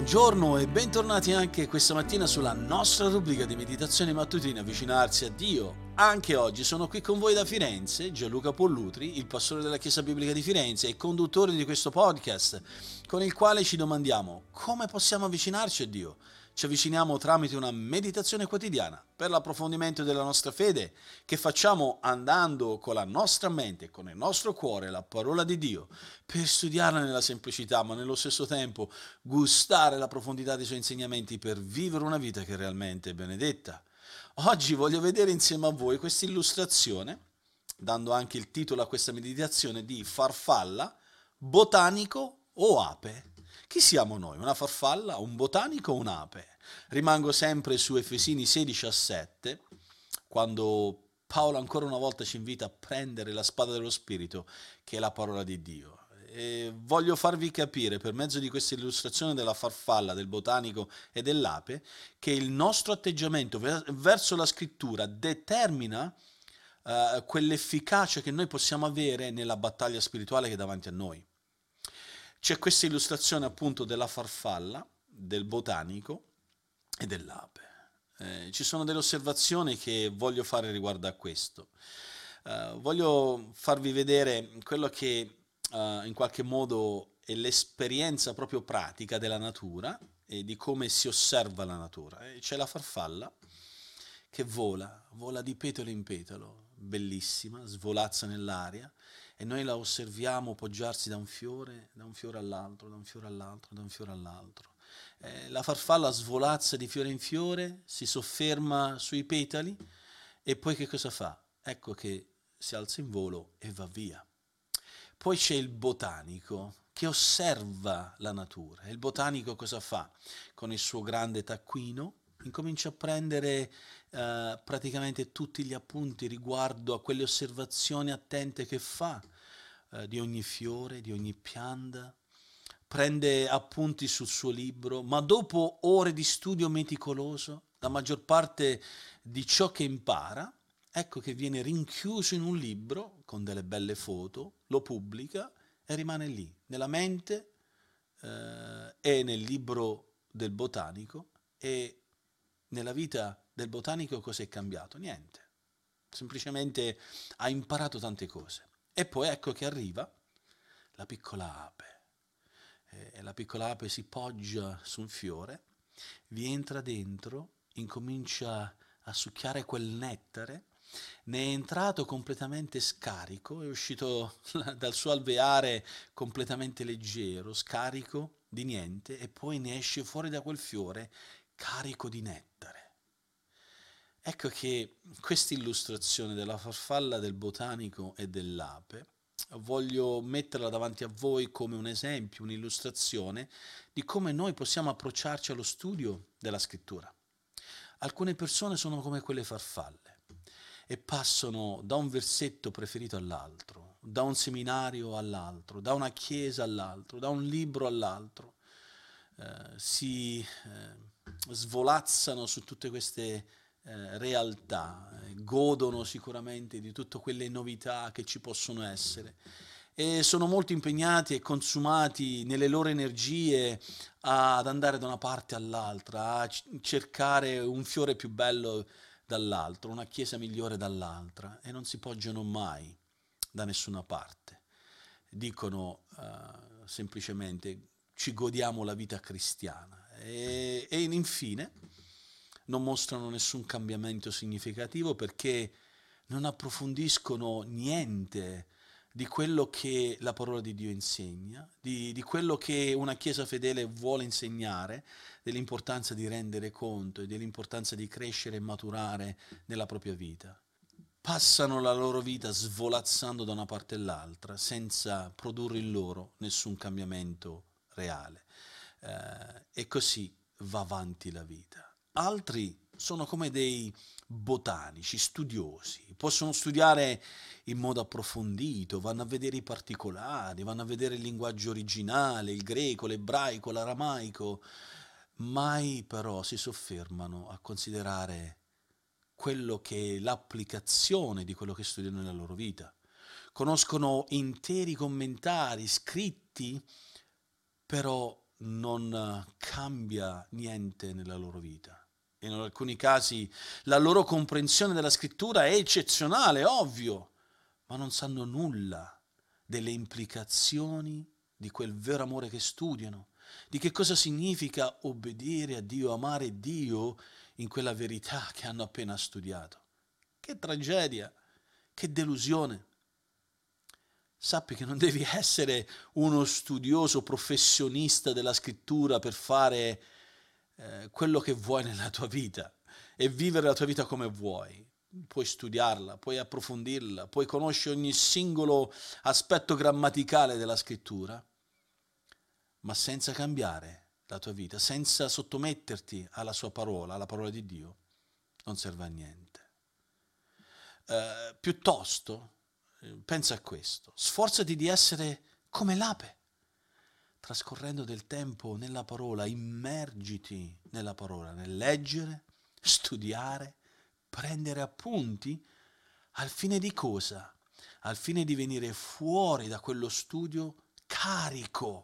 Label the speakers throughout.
Speaker 1: Buongiorno e bentornati anche questa mattina sulla nostra rubrica di meditazione mattutina Avvicinarsi a Dio. Anche oggi sono qui con voi da Firenze, Gianluca Pollutri, il pastore della Chiesa Biblica di Firenze e conduttore di questo podcast, con il quale ci domandiamo come possiamo avvicinarci a Dio. Ci avviciniamo tramite una meditazione quotidiana per l'approfondimento della nostra fede che facciamo andando con la nostra mente e con il nostro cuore la parola di Dio per studiarla nella semplicità ma nello stesso tempo gustare la profondità dei suoi insegnamenti per vivere una vita che realmente è benedetta. Oggi voglio vedere insieme a voi questa illustrazione, dando anche il titolo a questa meditazione di farfalla, botanico o ape. Chi siamo noi? Una farfalla, un botanico o un'ape? Rimango sempre su Efesini 16:7, quando Paolo ancora una volta ci invita a prendere la spada dello Spirito, che è la parola di Dio. E voglio farvi capire, per mezzo di questa illustrazione della farfalla, del botanico e dell'ape, che il nostro atteggiamento verso la scrittura determina quell'efficacia che noi possiamo avere nella battaglia spirituale che è davanti a noi. C'è questa illustrazione appunto della farfalla, del botanico e dell'ape. Ci sono delle osservazioni che voglio fare riguardo a questo. Voglio farvi vedere quello che in qualche modo è l'esperienza proprio pratica della natura e di come si osserva la natura. C'è la farfalla che vola di petalo in petalo, bellissima, svolazza nell'aria, e noi la osserviamo poggiarsi da un fiore all'altro, da un fiore all'altro, da un fiore all'altro. La farfalla svolazza di fiore in fiore, si sofferma sui petali e poi che cosa fa? Ecco che si alza in volo e va via. Poi c'è il botanico che osserva la natura. E il botanico cosa fa? Con il suo grande taccuino incomincia a prendere praticamente tutti gli appunti riguardo a quelle osservazioni attente che fa di ogni fiore, di ogni pianta, prende appunti sul suo libro, ma dopo ore di studio meticoloso, la maggior parte di ciò che impara, ecco che viene rinchiuso in un libro con delle belle foto, lo pubblica e rimane lì, nella mente e nel libro del botanico. E nella vita del botanico cosa è cambiato? Niente, semplicemente ha imparato tante cose. E poi ecco che arriva la piccola ape. E la piccola ape si poggia su un fiore, vi entra dentro, incomincia a succhiare quel nettare, ne è entrato completamente scarico, è uscito dal suo alveare completamente leggero, scarico di niente, e poi ne esce fuori da quel fiore carico di nettare. Ecco che questa illustrazione della farfalla, del botanico e dell'ape voglio metterla davanti a voi come un esempio, un'illustrazione di come noi possiamo approcciarci allo studio della scrittura. Alcune persone sono come quelle farfalle e passano da un versetto preferito all'altro, da un seminario all'altro, da una chiesa all'altro, da un libro all'altro. Si svolazzano su tutte queste realtà, godono sicuramente di tutte quelle novità che ci possono essere e sono molto impegnati e consumati nelle loro energie ad andare da una parte all'altra, a cercare un fiore più bello dall'altro, una chiesa migliore dall'altra, e non si poggiano mai da nessuna parte. Dicono semplicemente ci godiamo la vita cristiana e infine non mostrano nessun cambiamento significativo perché non approfondiscono niente di quello che la parola di Dio insegna, di quello che una Chiesa fedele vuole insegnare, dell'importanza di rendere conto e dell'importanza di crescere e maturare nella propria vita. Passano la loro vita svolazzando da una parte all'altra senza produrre in loro nessun cambiamento reale. E così va avanti la vita. Altri sono come dei botanici, studiosi, possono studiare in modo approfondito, vanno a vedere i particolari, vanno a vedere il linguaggio originale, il greco, l'ebraico, l'aramaico, mai però si soffermano a considerare quello che è l'applicazione di quello che studiano nella loro vita. Conoscono interi commentari scritti, però non cambia niente nella loro vita. In alcuni casi la loro comprensione della scrittura è eccezionale, ovvio, ma non sanno nulla delle implicazioni di quel vero amore che studiano, di che cosa significa obbedire a Dio, amare Dio in quella verità che hanno appena studiato. Che tragedia, che delusione. Sappi che non devi essere uno studioso professionista della scrittura per fare quello che vuoi nella tua vita e vivere la tua vita come vuoi. Puoi studiarla, puoi approfondirla, puoi conoscere ogni singolo aspetto grammaticale della scrittura, ma senza cambiare la tua vita, senza sottometterti alla sua parola, alla parola di Dio, non serve a niente. Piuttosto, pensa a questo, sforzati di essere come l'ape, trascorrendo del tempo nella parola, immergiti nella parola, nel leggere, studiare, prendere appunti, al fine di cosa? Al fine di venire fuori da quello studio carico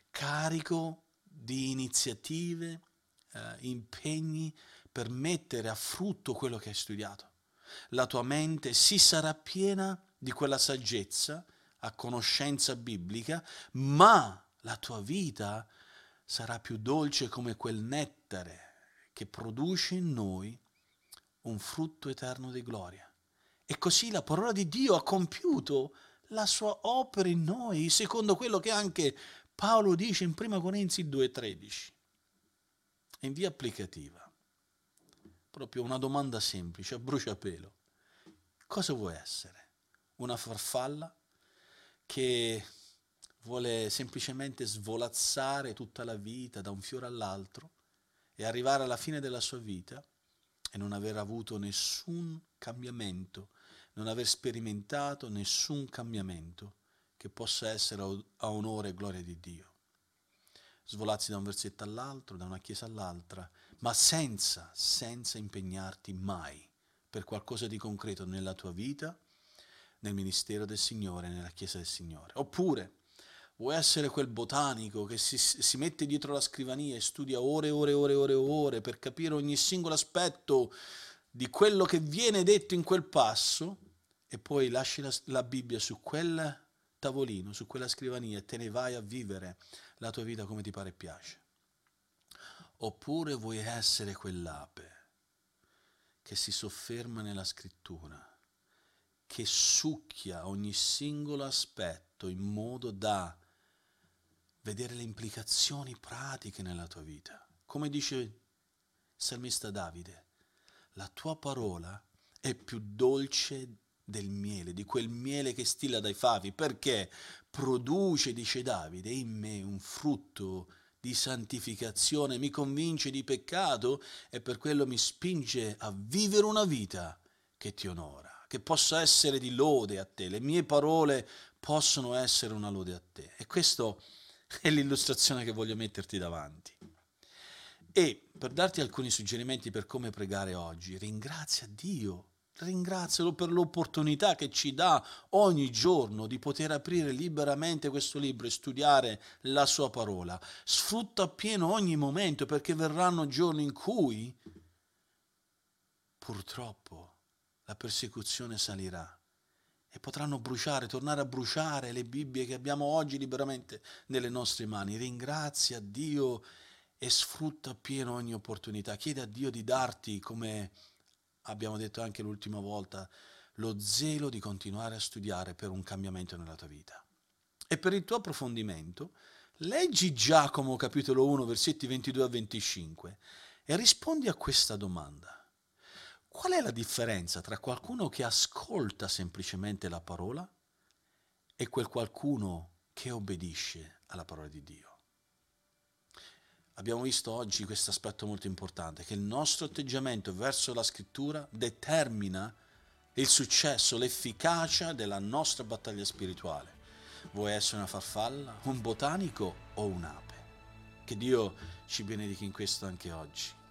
Speaker 1: di iniziative, impegni per mettere a frutto quello che hai studiato. La tua mente si sarà piena di quella saggezza, a conoscenza biblica, ma la tua vita sarà più dolce come quel nettare che produce in noi un frutto eterno di gloria. E così la parola di Dio ha compiuto la sua opera in noi, secondo quello che anche Paolo dice in 1 Corinzi 2,13. In via applicativa, proprio una domanda semplice, a bruciapelo. Cosa vuoi essere? Una farfalla che vuole semplicemente svolazzare tutta la vita da un fiore all'altro e arrivare alla fine della sua vita e non aver avuto nessun cambiamento, non aver sperimentato nessun cambiamento che possa essere a onore e gloria di Dio. Svolazzi da un versetto all'altro, da una chiesa all'altra, ma senza impegnarti mai per qualcosa di concreto nella tua vita, nel ministero del Signore, nella chiesa del Signore. Oppure vuoi essere quel botanico che si mette dietro la scrivania e studia ore e ore e ore e ore e ore per capire ogni singolo aspetto di quello che viene detto in quel passo e poi lasci la Bibbia su quel tavolino, su quella scrivania e te ne vai a vivere la tua vita come ti pare e piace. Oppure vuoi essere quell'ape che si sofferma nella scrittura, che succhia ogni singolo aspetto in modo da vedere le implicazioni pratiche nella tua vita. Come dice il salmista Davide, la tua parola è più dolce del miele, di quel miele che stilla dai favi, perché produce, dice Davide, in me un frutto di santificazione, mi convince di peccato e per quello mi spinge a vivere una vita che ti onora, che possa essere di lode a te. Le mie parole possono essere una lode a te. E questa è l'illustrazione che voglio metterti davanti. E per darti alcuni suggerimenti per come pregare oggi, ringrazia Dio. Ringrazialo per l'opportunità che ci dà ogni giorno di poter aprire liberamente questo libro e studiare la sua parola. Sfrutta appieno ogni momento, perché verranno giorni in cui purtroppo la persecuzione salirà e potranno bruciare, tornare a bruciare le Bibbie che abbiamo oggi liberamente nelle nostre mani. Ringrazia Dio e sfrutta appieno ogni opportunità. Chiede a Dio di darti, come abbiamo detto anche l'ultima volta, lo zelo di continuare a studiare per un cambiamento nella tua vita. E per il tuo approfondimento, leggi Giacomo capitolo 1, versetti 22 a 25 e rispondi a questa domanda. Qual è la differenza tra qualcuno che ascolta semplicemente la parola e quel qualcuno che obbedisce alla parola di Dio? Abbiamo visto oggi questo aspetto molto importante, che il nostro atteggiamento verso la scrittura determina il successo, l'efficacia della nostra battaglia spirituale. Vuoi essere una farfalla, un botanico o un'ape? Che Dio ci benedica in questo anche oggi.